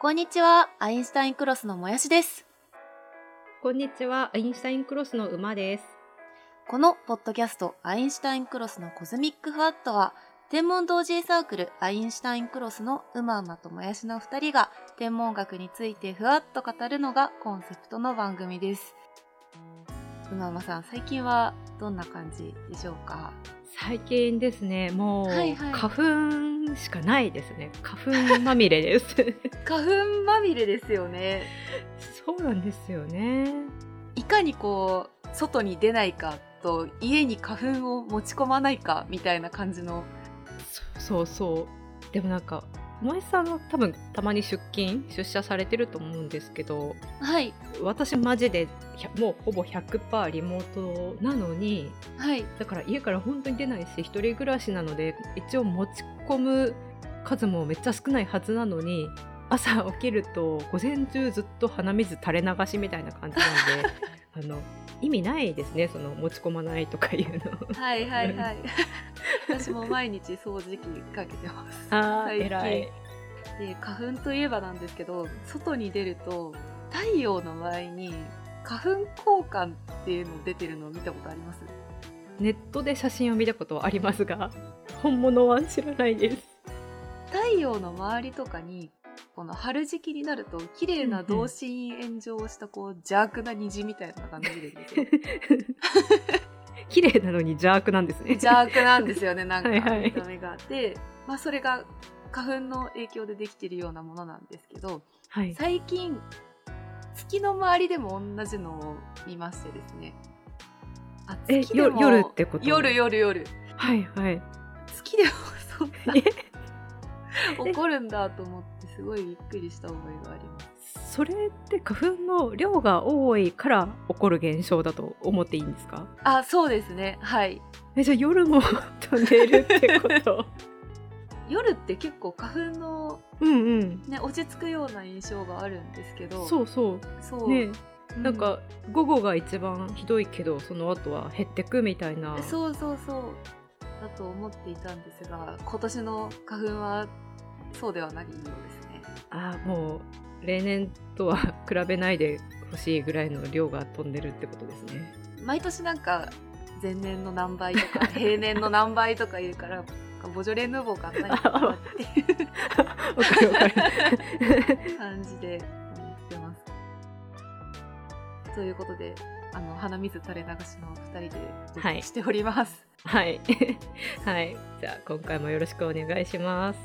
こんにちは、アインシュタインクロスのもやしです。 こんにちは、アインシュタインクロスの馬です。 このポッドキャスト、アインシュタインクロスのコズミックフワットは、天文同時サークルアインシュタインクロスの馬ともやしの2人が天文学についてふわっと語るのがコンセプトの番組です。馬さん、最近はどんな感じでしょうか？ 最近ですね、もう、花粉しかないですね。花粉まみれです花粉まみれですよね。 そうなんですよね。 いかに外に出ないかと家に花粉を持ち込まないかみたいな感じの。 そうでももやしさんは多分たまに出社されてると思うんですけど、 はい、 私マジでもうほぼ 100% リモートなのに、 はい、 だから家から本当に出ないし、一人暮らしなので一応持ち込む数もめっちゃ少ないはずなのに、朝起きると午前中ずっと鼻水垂れ流しみたいな感じなんで意味ないですね、その持ち込まないとかいうの。 はい私も毎日掃除機かけてます。 偉い。 で、花粉といえばなんですけど、外に出ると太陽の周りに花粉光環っていうの出てるのを見たことあります？ ネットで写真を見たことはありますが、本物は知らないです。 太陽の周りとかにこの春時期になると綺麗な同心円状をした邪悪な虹みたいなのが見れるんですよ。 綺麗なのに邪悪なんですね。 邪悪なんですよね、なんか見はいた目が。で、それが花粉の影響でできているようなものなんですけど、 はい、 最近月の周りでも同じのを見ましてですね。月でも夜ってこと？ 夜。 はいはい。 月でもそんな起こるんだと思ってすごいびっくりした覚えがあります。 それって花粉の量が多いから起こる現象だと思っていいんですか？ そうですね、はい。 じゃあ夜も飛んでるってこと夜って結構花粉の、落ち着くような印象があるんですけど、 そうね、午後が一番ひどいけどその後は減ってくみたいな。 そうだと思っていたんですが、今年の花粉はそうではないようですね。 もう例年とは比べないでほしいぐらいの量が飛んでるってことですね。 毎年前年の何倍とか平年の何倍とか言うからボジョレ・ヌーボーか何かなっていうわかる感じで思ってます。ということで鼻水垂れ流しの2人でお送りしております。 はいはい、じゃあ今回もよろしくお願いします。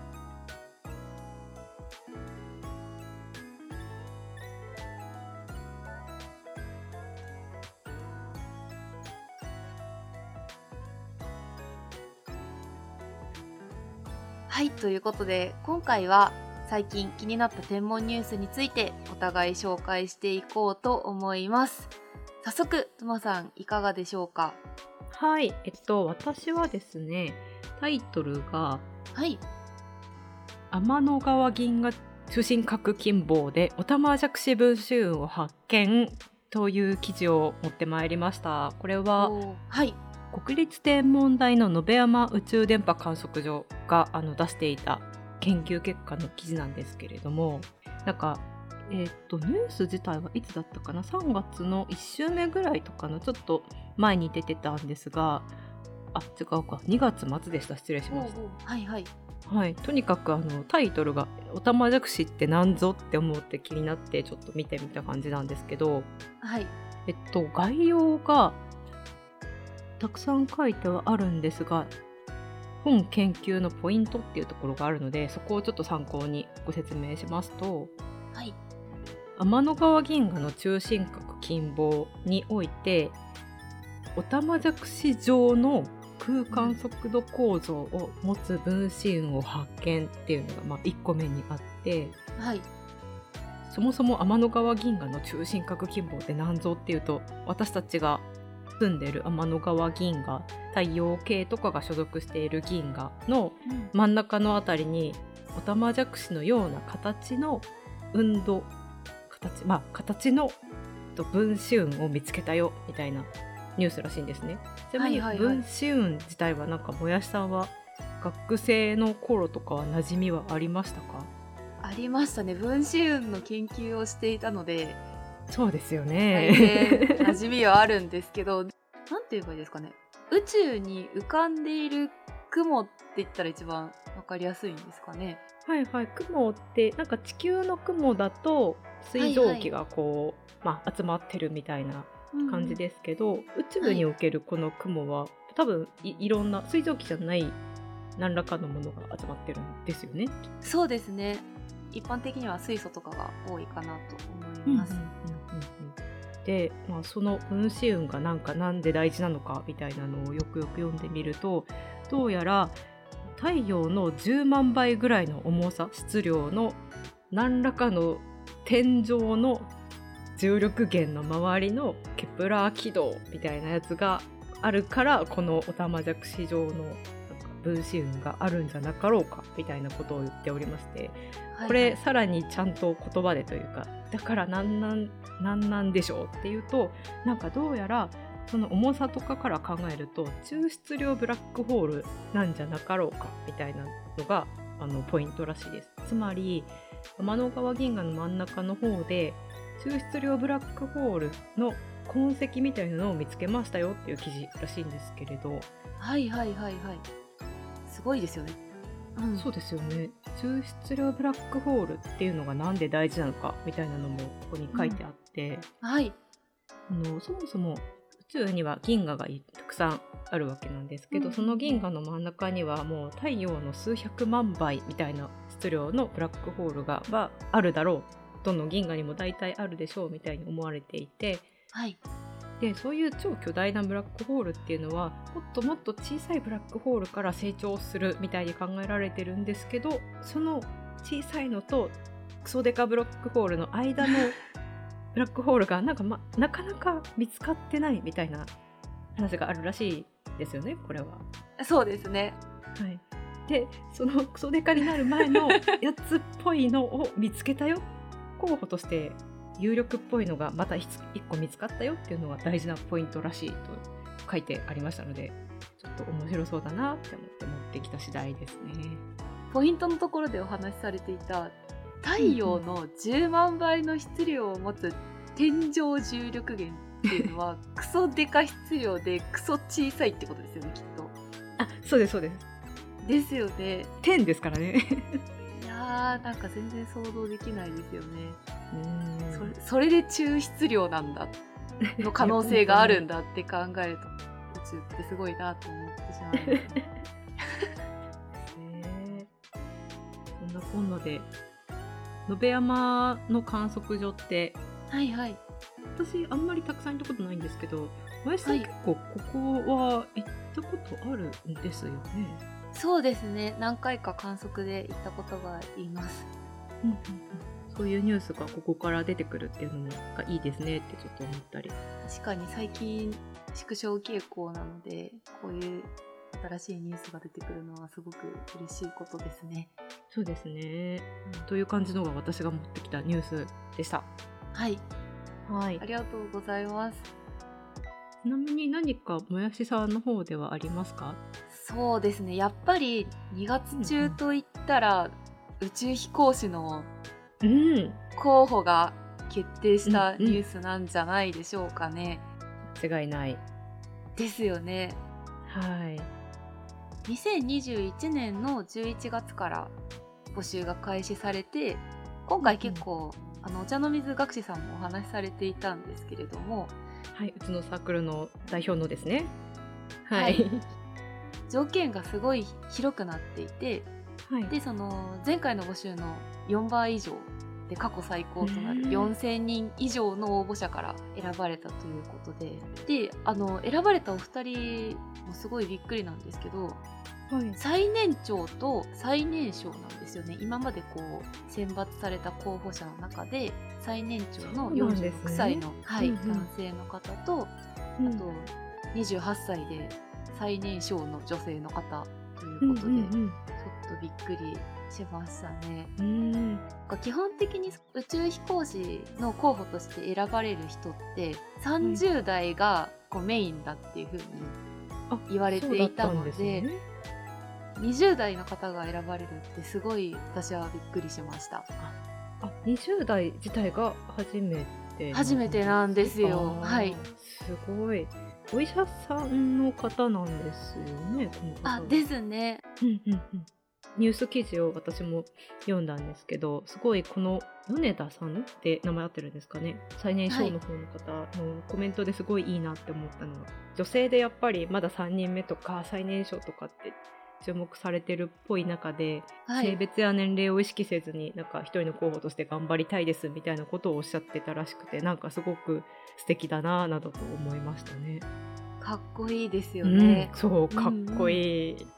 はい、ということで今回は最近気になった天文ニュースについてお互い紹介していこうと思います。早速、とまさんいかがでしょうか？ はい、私はですね、タイトルが、天の川銀河中心核近傍でオタマジャクシ分子雲を発見という記事を持ってまいりました。これは、国立天文台の延山宇宙電波観測所が出していた研究結果の記事なんですけれども、ニュース自体はいつだったかな、3月の1週目ぐらいとかのちょっと前に出てたんですが、違うか、2月末でした。失礼しました。とにかくタイトルがオタマジャクシって何ぞって思って気になってちょっと見てみた感じなんですけど、概要がたくさん書いてはあるんですが、本研究のポイントっていうところがあるので、そこをちょっと参考にご説明しますと、天の川銀河の中心核近傍においてオタマジャクシ状の空間速度構造を持つ分子雲を発見っていうのが1個目にあって、そもそも天の川銀河の中心核近傍って何ぞっていうと、私たちが住んでる天の川銀河、太陽系とかが所属している銀河の真ん中のあたりにオタマジャクシのような形の形の分子雲を見つけたよみたいなニュースらしいんですね。ちなみに分子雲自体はもやしさんは学生の頃とかは馴染みはありましたか？ ありましたね。分子運の研究をしていたので、 そうですよね。 馴染みはあるんですけど、なんて言えばいいですかね。宇宙に浮かんでいる雲って言ったら一番わかりやすいんですかね。 はいはい、雲ってなんか地球の雲だと水蒸気がこう、集まってるみたいな感じですけど、宇宙におけるこの雲は、多分 いろんな水蒸気じゃない何らかのものが集まってるんですよね。 そうですね。一般的には水素とかが多いかなと思います。 で、その分子運がなんで大事なのかみたいなのをよくよく読んでみると、どうやら太陽の10万倍ぐらいの重さ、質量の何らかの天上の重力源の周りのケプラー軌道みたいなやつがあるから、このオタマジャクシ上の分子運があるんじゃなかろうかみたいなことを言っておりまして、これさらにちゃんと言葉でというか、だからなんなんでしょうっていうと、どうやらその重さとかから考えると抽出量ブラックホールなんじゃなかろうかみたいなのがポイントらしいです。つまり天の川銀河の真ん中の方で抽出量ブラックホールの痕跡みたいなのを見つけましたよっていう記事らしいんですけれど、 すごいですよね。 そうですよね。抽出量ブラックホールっていうのがなんで大事なのかみたいなのもここに書いてあって、そもそも宇宙には銀河がたくさんあるわけなんですけど、その銀河の真ん中にはもう太陽の数百万倍みたいな質量のブラックホールがあるだろう、どの銀河にも大体あるでしょうみたいに思われていて、でそういう超巨大なブラックホールっていうのはもっと小さいブラックホールから成長するみたいに考えられてるんですけど、その小さいのとクソデカブラックホールの間のブラックホールがなかなか見つかってないみたいな話があるらしいですよね、これは。 そうですね。 でそのクソデカになる前のやつっぽいのを見つけたよ、候補として有力っぽいのがまた1個見つかったよっていうのが大事なポイントらしいと書いてありましたので、ちょっと面白そうだなって思って持ってきた次第ですね。 ポイントのところでお話しされていた太陽の10万倍の質量を持つ天上重力源っていうのはクソデカ質量でクソ小さいってことですよね、きっと。 そうですそうです。 ですよね。 天ですからね。 いやー、全然想像できないですよね。それで抽出量なんだの可能性があるんだって考えると宇宙ってすごいなと思ってしまう。 そんなこんなで野辺山の観測所って、私あんまりたくさん行ったことないんですけど、林さん結構ここは行ったことあるんですよね。 そうですね、何回か観測で行ったことがあります。 そういうニュースがここから出てくるっていうのもいいですねってちょっと思ったり。 確かに最近縮小傾向なので、こういう新しいニュースが出てくるのはすごく嬉しいことですね。 そうですね、という感じのが私が持ってきたニュースでした。 ありがとうございます。 ちなみに何かもやしさんの方ではありますか？ そうですね、やっぱり2月中といったら、宇宙飛行士の候補が決定したニュースなんじゃないでしょうかね。 間違いないですよね。2021年の11月から募集が開始されて、今回結構、お茶の水学士さんもお話しされていたんですけれども、 うちのサークルの代表のですね、 条件がすごい広くなっていて、でその前回の募集の4倍以上で過去最高となる4000人以上の応募者から選ばれたということで、選ばれたお二人もすごいびっくりなんですけど、最年長と最年少なんですよね。今まで選抜された候補者の中で最年長の46歳の、男性の方と、あと28歳で最年少の女性の方ということで、ちょっとびっくりしましたね。基本的に宇宙飛行士の候補として選ばれる人って30代がメインだっていう風に言われていたので、 20代の方が選ばれるってすごい私はびっくりしました。 20代自体が初めてなんですよ。はい。 すごい。お医者さんの方なんですよね、この方。 ですね。 ニュース記事を私も読んだんですけど、すごいこの米田さんって名前合ってるんですかね、最年少の方の方のコメントですごいいいなって思ったのは、女性でやっぱりまだ3人目とか最年少とかって注目されてるっぽい中で、性別や年齢を意識せずになんか一人の候補として頑張りたいですみたいなことをおっしゃってたらしくて、なんかすごく素敵だななどと思いましたね。 かっこいいですよね。 そうかっこいい。い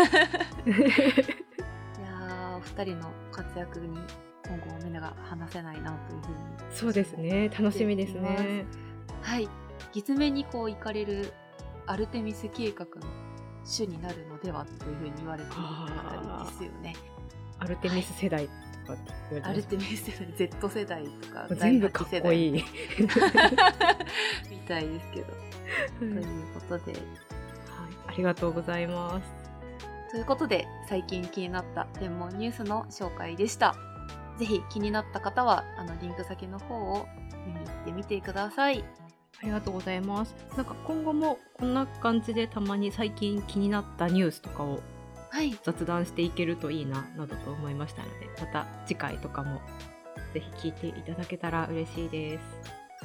やお二人の活躍に今後みんなが話せないなというふうに。 そうですね、楽しみですね。 はい、月面にこう行かれるアルテミス計画の主になるのではというふうに言われているあたりですよね。 アルテミス世代とかって言われてます。 アルテミス世代、Z 世代とか全部かっこいいみたいですけど、ということで、 ありがとうございます。 ということで最近気になった天文ニュースの紹介でした。ぜひ気になった方はリンク先の方を見に行ってみてください。 ありがとうございます。なんか今後もこんな感じでたまに最近気になったニュースとかを雑談していけるといいななどと思いましたので、また次回とかもぜひ聞いていただけたら嬉しいです。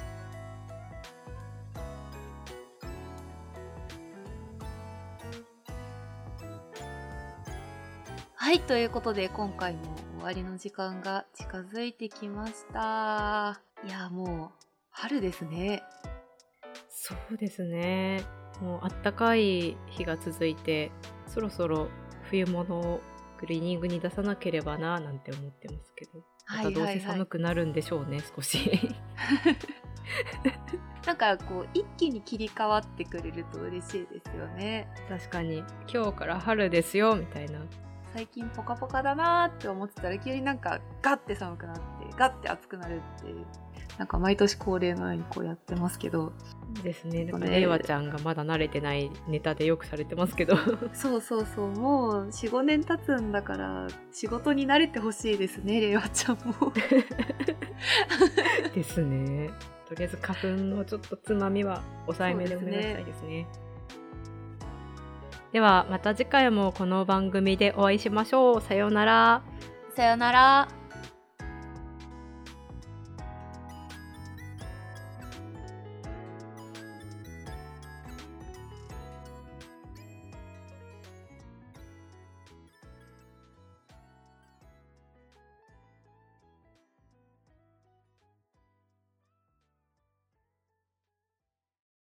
はい、ということで今回も終わりの時間が近づいてきました。いやもう春ですね。 そうですね、もうあったかい日が続いて、そろそろ冬物をクリーニングに出さなければななんて思ってますけど、またどうせ寒くなるんでしょうね、少しなんかこう一気に切り替わってくれると嬉しいですよね。 確かに、今日から春ですよみたいな。 最近ポカポカだなって思ってたら急になんかガッて寒くなってガッて暑くなるっていう、なんか毎年恒例のようにこうやってますけどですね。だからレイワちゃんがまだ慣れてないネタでよくされてますけどそうもう 4,5 年経つんだから仕事に慣れてほしいですね、レイワちゃんもですね。とりあえず花粉のちょっとつまみは抑えめでお願いしたいですね。ではまた次回もこの番組でお会いしましょう。さようなら。 さようなら。